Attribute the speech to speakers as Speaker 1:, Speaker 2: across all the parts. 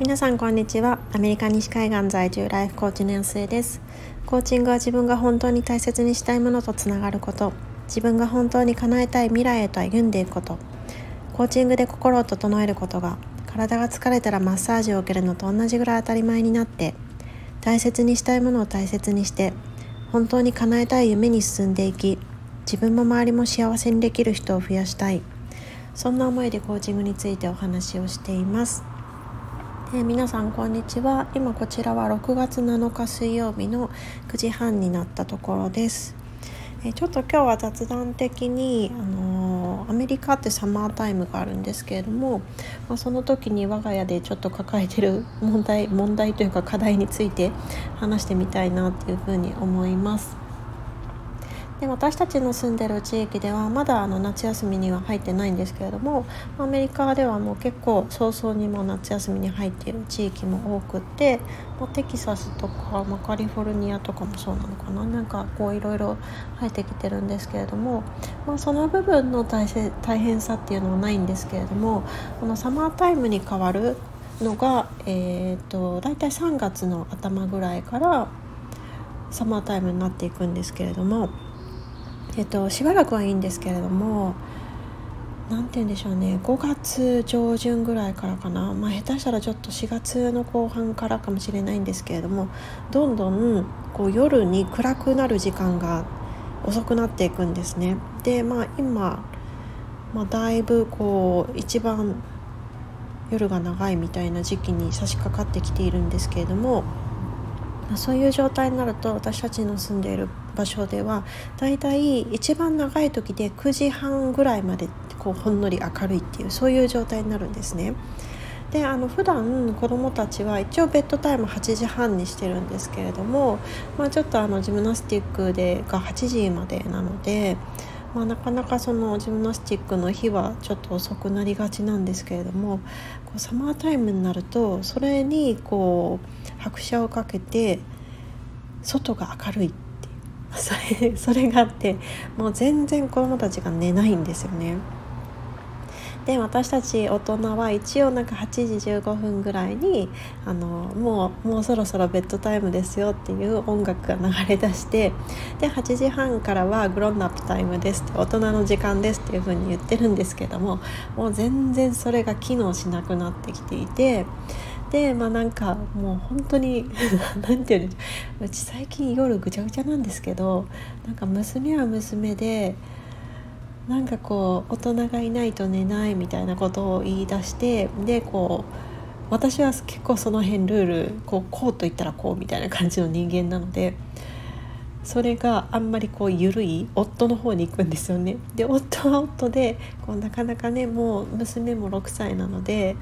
Speaker 1: 皆さんこんにちは。アメリカ西海岸在住ライフコーチの安江です。コーチングは自分が本当に大切にしたいものとつながること、自分が本当に叶えたい未来へと歩んでいくこと、コーチングで心を整えることが体が疲れたらマッサージを受けるのと同じぐらい当たり前になって、大切にしたいものを大切にして本当に叶えたい夢に進んでいき、自分も周りも幸せにできる人を増やしたい、そんな思いでコーチングについてお話をしています。皆さんこんにちは。今こちらは6月7日水曜日の9時半になったところです。ちょっと今日は雑談的にアメリカってサマータイムがあるんですけれども、その時に我が家でちょっと抱えている問題というか課題について話してみたいなというふうに思います。で、私たちの住んでる地域ではまだ夏休みには入ってないんですけれども、アメリカではもう結構早々にも夏休みに入っている地域も多くて、テキサスとか、カリフォルニアとかもそうなのかな、なんかこういろいろ入ってきてるんですけれども、その部分の大変さっていうのはないんですけれども、このサマータイムに変わるのが、だいたい3月の頭ぐらいからサマータイムになっていくんですけれども、しばらくはいいんですけれども、なんて言うんでしょうね、5月上旬ぐらいからかな、下手したらちょっと4月の後半からかもしれないんですけれども、どんどんこう夜に暗くなる時間が遅くなっていくんですね。で、今、だいぶこう一番夜が長いみたいな時期に差し掛かってきているんですけれども、そういう状態になると私たちの住んでいる場所ではだいたい一番長い時で9時半ぐらいまでこうほんのり明るいっていう、そういう状態になるんですね。で、普段子どもたちは一応ベッドタイム8時半にしてるんですけれども、ちょっとジムナスティックが8時までなので、なかなかそのジムナスティックの日はちょっと遅くなりがちなんですけれども、こうサマータイムになるとそれにこう拍車をかけて外が明るいっていう、それがあって、もう全然子どもたちが寝ないんですよね。で、私たち大人は一応なんか8時15分ぐらいにもうそろそろベッドタイムですよっていう音楽が流れ出して、で8時半からはグローンアップタイムですって、大人の時間ですっていう風に言ってるんですけども、もう全然それが機能しなくなってきていて、で、なんかもう本当になんていうの、うち最近夜ぐちゃぐちゃなんですけど、なんか娘は娘でなんかこう大人がいないと寝ないみたいなことを言い出して、でこう私は結構その辺ルールこうと言ったらこうみたいな感じの人間なので、それがあんまりこう緩い夫の方に行くんですよね。で、夫は夫でこうなかなかね、もう娘も6歳なので、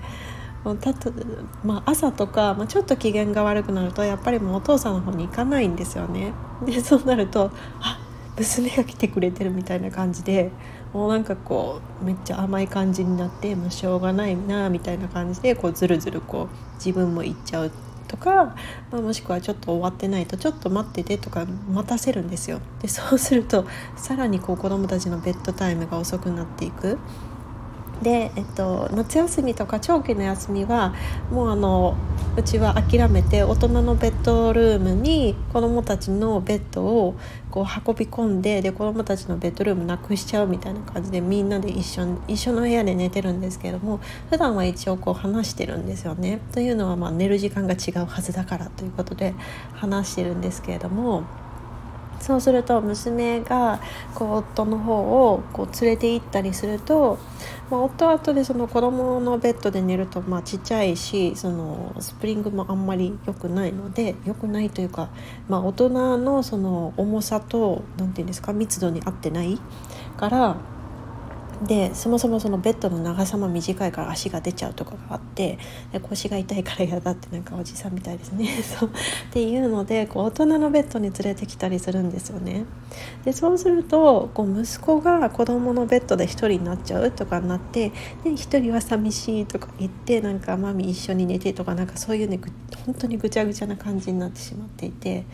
Speaker 1: 朝とか、ちょっと機嫌が悪くなるとやっぱりもうお父さんの方に行かないんですよね。で、そうなると娘が来てくれてるみたいな感じで、もうなんかこうめっちゃ甘い感じになって、もうしょうがないなみたいな感じでこうずるずるこう自分も行っちゃうとか、もしくはちょっと終わってないとちょっと待っててとか待たせるんですよ。で、そうするとさらにこう子どもたちのベッドタイムが遅くなっていく。で、夏休みとか長期の休みはもううちは諦めて、大人のベッドルームに子どもたちのベッドをこう運び込んで、で子どもたちのベッドルームなくしちゃうみたいな感じで、みんなで一緒の部屋で寝てるんですけれども、普段は一応こう話してるんですよね。というのは寝る時間が違うはずだからということで話してるんですけれども、そうすると娘がこう夫の方をこう連れて行ったりすると、夫は後でその子供のベッドで寝るとちっちゃいし、そのスプリングもあんまり良くないので、良くないというか、大人のその重さとなんていうんですか、密度に合ってないから、でそもそもそのベッドの長さも短いから足が出ちゃうとかがあって、で腰が痛いから嫌だって、なんかおじさんみたいですねそうっていうので、こう大人のベッドに連れてきたりするんですよね。でそうするとこう息子が子供のベッドで一人になっちゃうとかになって、で一人は寂しいとか言って、なんかマミ一緒に寝てとか、なんかそういうね、本当にぐちゃぐちゃな感じになってしまっていて、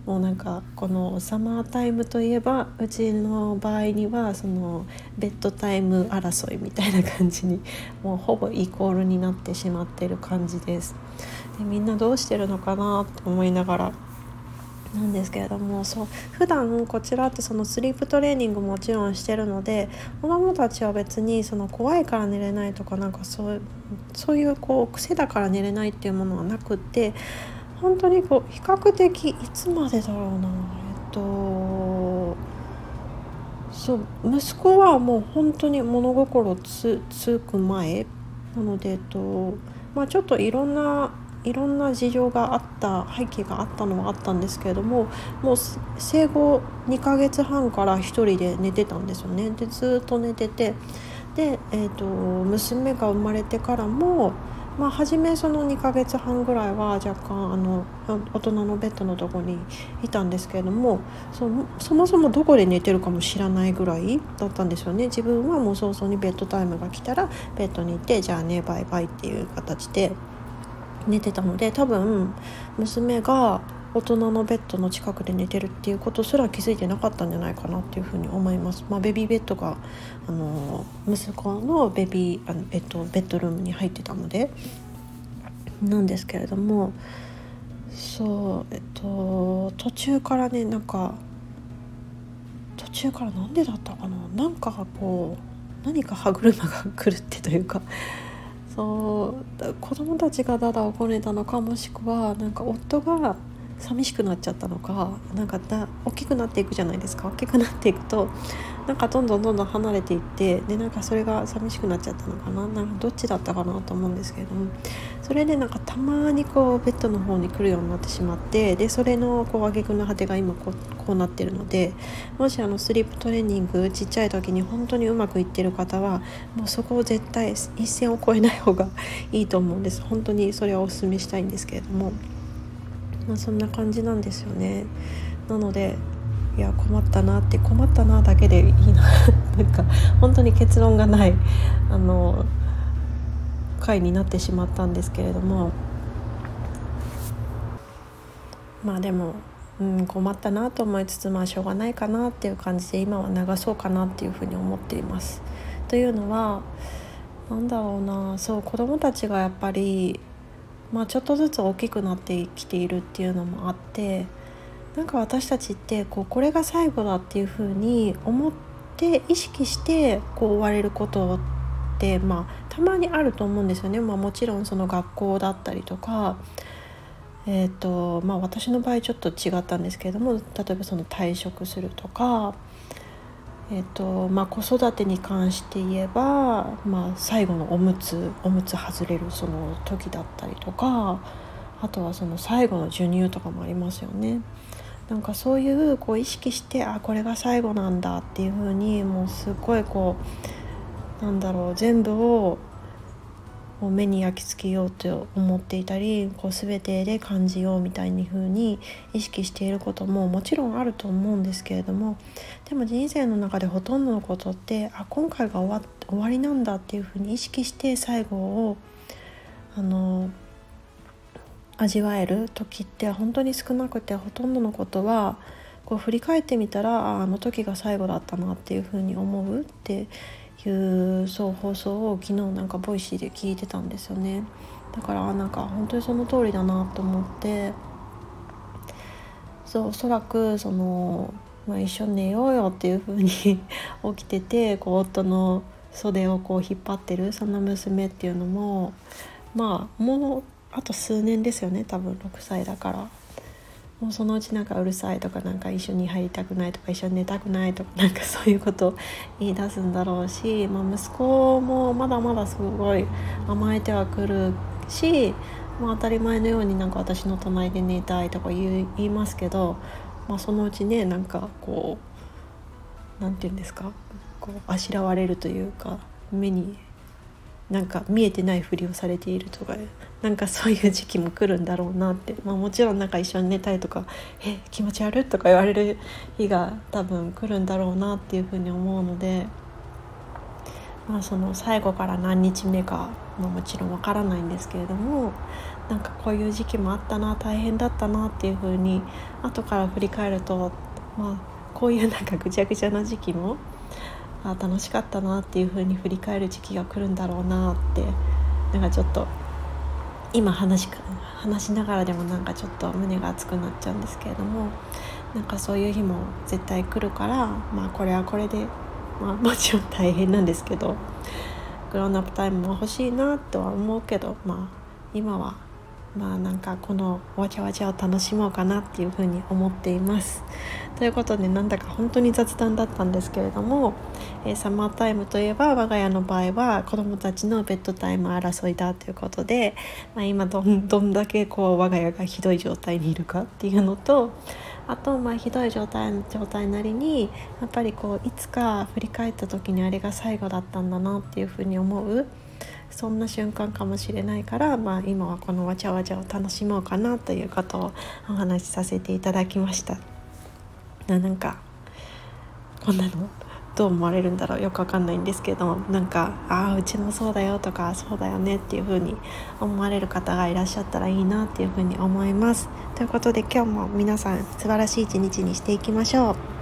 Speaker 1: もうなんかこのサマータイムといえばうちの場合にはそのベッドタイム争いみたいな感じにもうほぼイコールになってしまってる感じです。でみんなどうしてるのかなと思いながらなんですけれども、そう普段こちらってそのスリープトレーニングもちろんしてるので、子どもたちは別にその怖いから寝れないとかなんかそういうこう癖だから寝れないっていうものはなくって、本当にこう比較的いつまでだろうなそう息子はもう本当に物心つく前なので、ちょっといろんな事情があった背景があったのはあったんですけれども、もう生後2ヶ月半から一人で寝てたんですよね。でずっと寝てて、で、娘が生まれてからも初めその2ヶ月半ぐらいは若干大人のベッドのとこにいたんですけれども、そもそもどこで寝てるかも知らないぐらいだったんですよね。自分はもう早々にベッドタイムが来たらベッドに行って、じゃあねバイバイっていう形で寝てたので、多分娘が大人のベッドの近くで寝てるっていうことすら気づいてなかったんじゃないかなっていうふうに思います。ベビーベッドが息子のベッドルームに入ってたのでなんですけれども、途中からね途中からなんでだったかな、何か歯車が狂ってというか、子供たちがだだをこねたのか、もしくは夫が寂しくなっちゃったのか、大きくなっていくじゃないですか。大きくなっていくとどんどん離れていって、でそれが寂しくなっちゃったのかな、どっちだったかなと思うんですけれども、それでたまにベッドの方に来るようになってしまって、でそれの挙句の果てが今こうなってるので、もしスリープトレーニングちっちゃい時に本当にうまくいってる方はもうそこを絶対一線を越えない方がいいと思うんです。本当にそれはお勧めしたいんですけれども、そんな感じなんですよね。なので困ったなだけでいいな本当に結論がない回になってしまったんですけれども、でも、困ったなと思いつつしょうがないかなっていう感じで今は流そうかなっていうふうに思っています。というのは子どもたちがやっぱりちょっとずつ大きくなってきているっていうのもあって、私たちってこれが最後だっていう風に思って意識して終われることってたまにあると思うんですよね。もちろんその学校だったりとか、私の場合ちょっと違ったんですけれども、例えばその退職するとか、子育てに関して言えば、最後のおむつ外れるその時だったりとか、あとはその最後の授乳とかもありますよね。そういう意識してこれが最後なんだっていう風にもうすごい全部を目に焼き付けようと思っていたり、全てで感じようみたいに風に意識していることももちろんあると思うんですけれども、でも人生の中でほとんどのことって今回が終わりなんだっていう風に意識して最後を味わえる時って本当に少なくて、ほとんどのことは振り返ってみたらあの時が最後だったなっていう風に思うっていう放送を昨日ボイシーで聞いてたんですよね。だから本当にその通りだなと思って、おそらく一緒に寝ようよっていう風に起きてて夫の袖を引っ張ってるその娘っていうのももうあと数年ですよね。多分6歳だからもうそのうちうるさいとか一緒に入りたくないとか一緒に寝たくないとかそういうことを言い出すんだろうし、息子もまだまだすごい甘えてはくるし、当たり前のように私の隣で寝たいとか言いますけど、そのうちねなんて言うんですか、あしらわれるというか、目に見えてないふりをされているとかそういう時期も来るんだろうなって、もちろん一緒に寝たいとか気持ち悪いとか言われる日が多分来るんだろうなっていうふうに思うので、 その最後から何日目かもちろんわからないんですけれども、なんかこういう時期もあったな、大変だったなっていう風に後から振り返ると、こういうなんかぐちゃぐちゃな時期も楽しかったなっていう風に振り返る時期が来るんだろうなって、なんかちょっと今話しながらでもなんかちょっと胸が熱くなっちゃうんですけれども、なんかそういう日も絶対来るから、これはこれで、もちろん大変なんですけど、グローンアップタイムも欲しいなとは思うけど、今はなんかこのわちゃわちゃを楽しもうかなっていうふうに思っています。ということで、なんだか本当に雑談だったんですけれども、サマータイムといえば我が家の場合は子どもたちのベッドタイム争いだということで、今どんだけ我が家がひどい状態にいるかっていうのと、あとひどい状態なりにやっぱりいつか振り返った時にあれが最後だったんだなっていうふうに思う、そんな瞬間かもしれないから、今はこのわちゃわちゃを楽しもうかなということをお話しさせていただきました。なんかこんなのどう思われるんだろう、よくわかんないんですけど、なんかうちもそうだよとかそうだよねっていう風に思われる方がいらっしゃったらいいなっていう風に思います。ということで、今日も皆さん素晴らしい一日にしていきましょう。